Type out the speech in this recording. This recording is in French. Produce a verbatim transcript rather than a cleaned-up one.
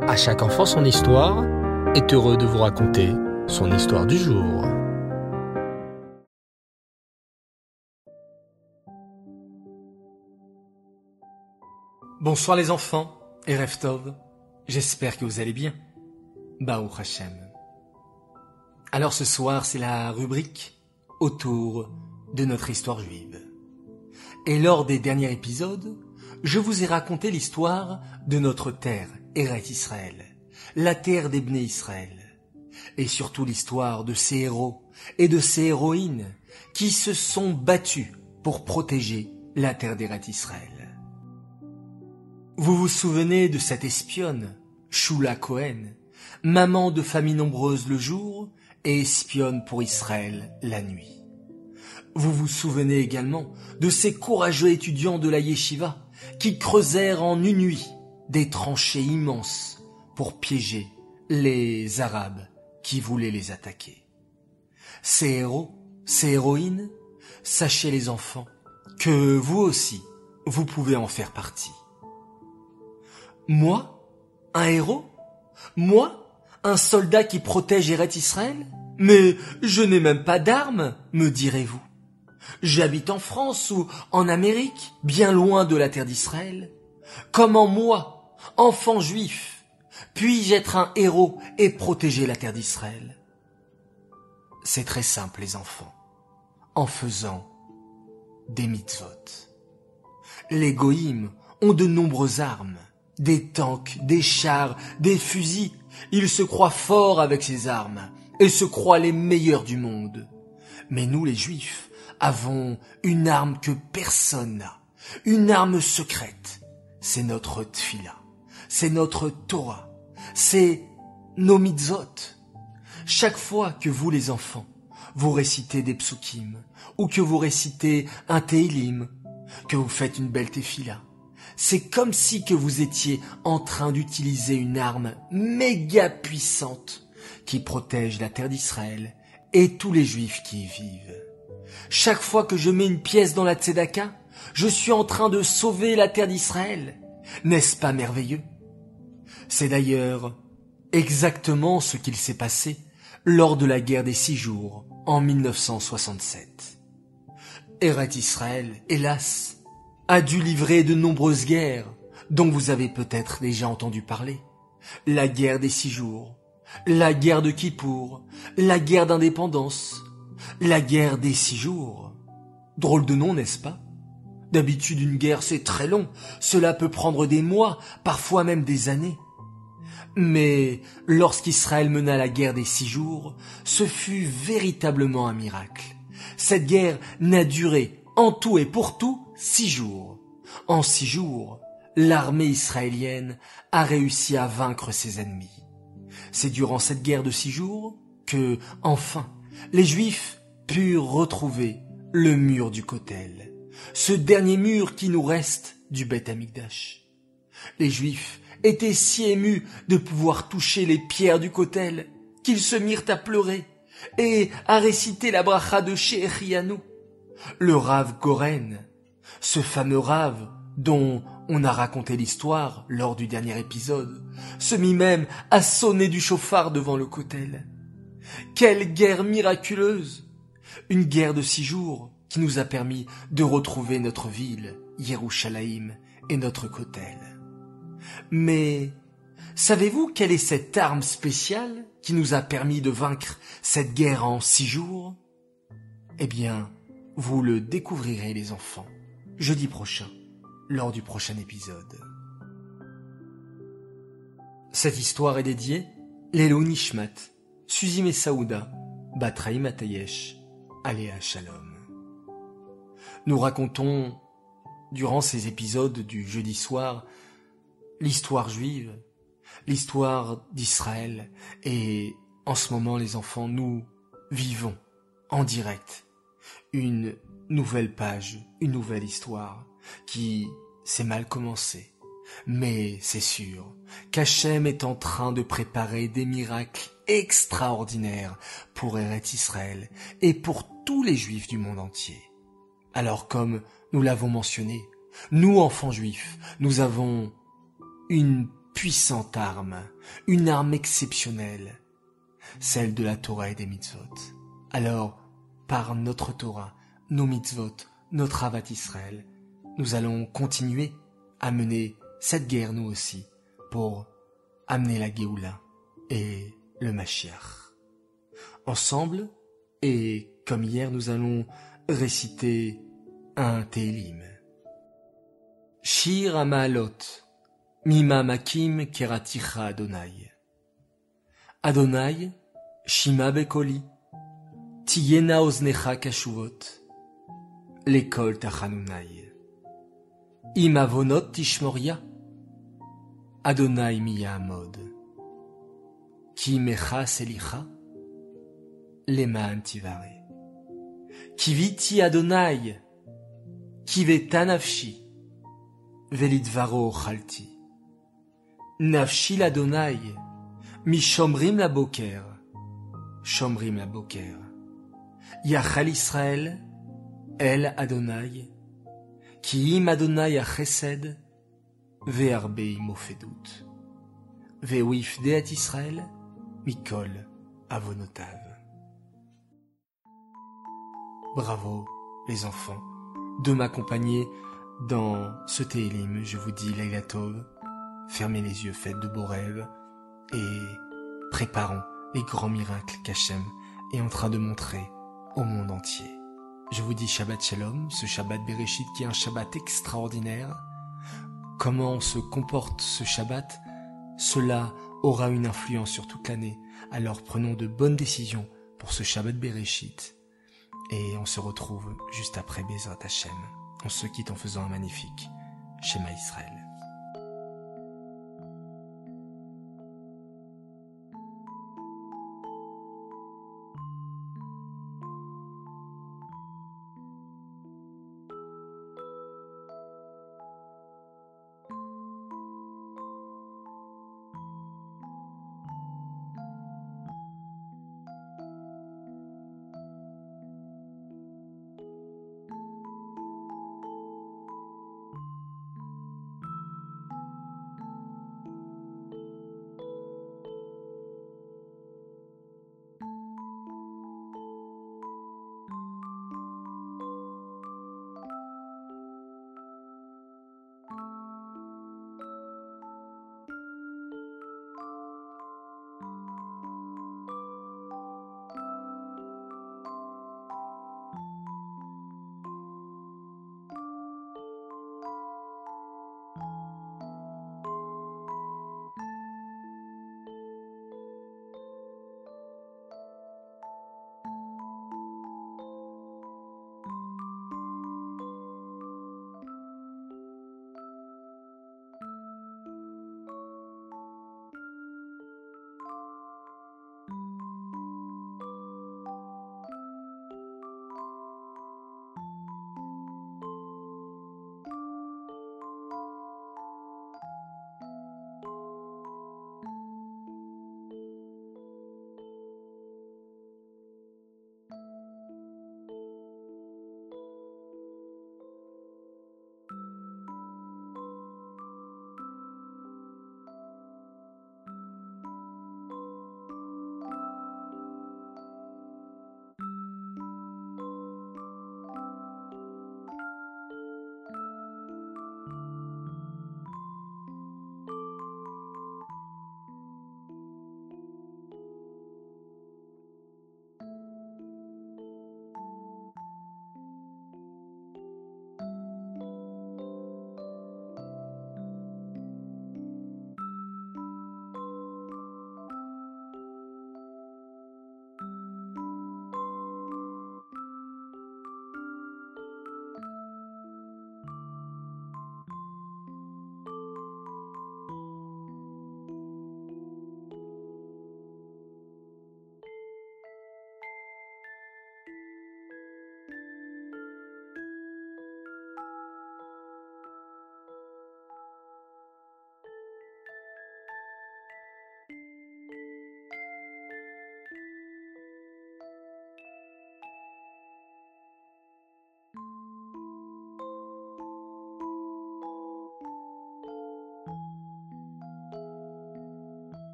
À chaque enfant son histoire est heureux de vous raconter son histoire du jour. Bonsoir les enfants et Erev Tov, j'espère que vous allez bien. Baruch Hashem. Alors ce soir c'est la rubrique autour de notre histoire juive. Et lors des derniers épisodes, je vous ai raconté l'histoire de notre terre, Eretz Israël, la terre des Bnei Israël, et surtout l'histoire de ces héros et de ces héroïnes qui se sont battus pour protéger la terre d'Eretz Israël. Vous vous souvenez de cette espionne, Shula Cohen, maman de familles nombreuses le jour et espionne pour Israël la nuit. Vous vous souvenez également de ces courageux étudiants de la yeshiva qui creusèrent en une nuit des tranchées immenses pour piéger les Arabes qui voulaient les attaquer. Ces héros, ces héroïnes, sachez les enfants que vous aussi, vous pouvez en faire partie. Moi, un héros? Moi, un soldat qui protège Eretz Israël? Mais je n'ai même pas d'armes, me direz-vous. J'habite en France ou en Amérique, bien loin de la terre d'Israël. Comment moi, enfant juif, puis-je être un héros et protéger la terre d'Israël? C'est très simple, les enfants, en faisant des mitzvot. Les goïms ont de nombreuses armes, des tanks, des chars, des fusils. Ils se croient forts avec ces armes et se croient les meilleurs du monde. Mais nous, les juifs, avons une arme que personne n'a, une arme secrète. C'est notre tfila, c'est notre Torah, c'est nos mitzvot. Chaque fois que vous, les enfants, vous récitez des psukim, ou que vous récitez un Tehillim, que vous faites une belle tefila, c'est comme si que vous étiez en train d'utiliser une arme méga puissante qui protège la terre d'Israël et tous les juifs qui y vivent. Chaque fois que je mets une pièce dans la tzedaka, je suis en train de sauver la terre d'Israël. N'est-ce pas merveilleux? C'est d'ailleurs exactement ce qu'il s'est passé lors de la guerre des six jours en mille neuf cent soixante-sept. Eretz Israël, hélas, a dû livrer de nombreuses guerres dont vous avez peut-être déjà entendu parler. La guerre des six jours, la guerre de Kippour, la guerre d'indépendance, la guerre des six jours. Drôle de nom, n'est-ce pas? D'habitude, une guerre, c'est très long. Cela peut prendre des mois, parfois même des années. Mais lorsqu'Israël mena la guerre des six jours, ce fut véritablement un miracle. Cette guerre n'a duré, en tout et pour tout, six jours. En six jours, l'armée israélienne a réussi à vaincre ses ennemis. C'est durant cette guerre de six jours que, enfin, les Juifs purent retrouver le mur du Kotel, ce dernier mur qui nous reste du Beth Amikdash. Les Juifs étaient si émus de pouvoir toucher les pierres du Kotel qu'ils se mirent à pleurer et à réciter la bracha de Shehechianu. Le Rav Goren, ce fameux Rav dont on a raconté l'histoire lors du dernier épisode, se mit même à sonner du chauffard devant le Kotel. Quelle guerre miraculeuse! Une guerre de six jours qui nous a permis de retrouver notre ville, Yerushalayim, et notre Kotel. Mais savez-vous quelle est cette arme spéciale qui nous a permis de vaincre cette guerre en six jours? Eh bien, vous le découvrirez, les enfants, jeudi prochain, lors du prochain épisode. Cette histoire est dédiée Lelo Nishmat, Suzy Messaouda, Bat Chaim Atayesh, Aléa Shalom. Nous racontons, durant ces épisodes du jeudi soir, l'histoire juive, l'histoire d'Israël, et en ce moment, les enfants, nous vivons en direct une nouvelle page, une nouvelle histoire qui s'est mal commencée. Mais c'est sûr qu'Hachem est en train de préparer des miracles extraordinaires pour Eretz Israël et pour tous les Juifs du monde entier. Alors, comme nous l'avons mentionné, nous, enfants juifs, nous avons une puissante arme, une arme exceptionnelle, celle de la Torah et des mitzvot. Alors, par notre Torah, nos mitzvot, notre Avat Israël, nous allons continuer à mener cette guerre nous aussi, pour amener la Géoula et le Mashiach. Ensemble, et comme hier, nous allons réciter un Télim. Shir HaMa'alot, Mima Makim Keraticha Adonai. Adonai, Shima Bekoli, Tiyena Oznecha Kashuvot, Lekol Tachanunai. Im Avonot Tishmoria, Adonai Miya Amod. Ki Mecha Selicha, Leman Tivare. Kiviti Adonai, Kiveta Nafshi, Velidvaro Chalti. Nafshi l'Adonai, Mi Shomrim la Boker, Shomrim la Boker. Yachal Israël, El Adonai, Ki im Adonai HaChesed, Ve'arbei Mofedut. Ve'uifdeat Israël, Mikol Avonotav. Bravo, les enfants, de m'accompagner dans ce Télim. Je vous dis Laila Tov, fermez les yeux, faites de beaux rêves et préparons les grands miracles qu'Hachem est en train de montrer au monde entier. Je vous dis Shabbat Shalom, ce Shabbat Bereshit qui est un Shabbat extraordinaire. Comment se comporte ce Shabbat? Cela aura une influence sur toute l'année. Alors prenons de bonnes décisions pour ce Shabbat Bereshit. Et on se retrouve juste après Bezrat Hashem. On se quitte en faisant un magnifique Shema Israël.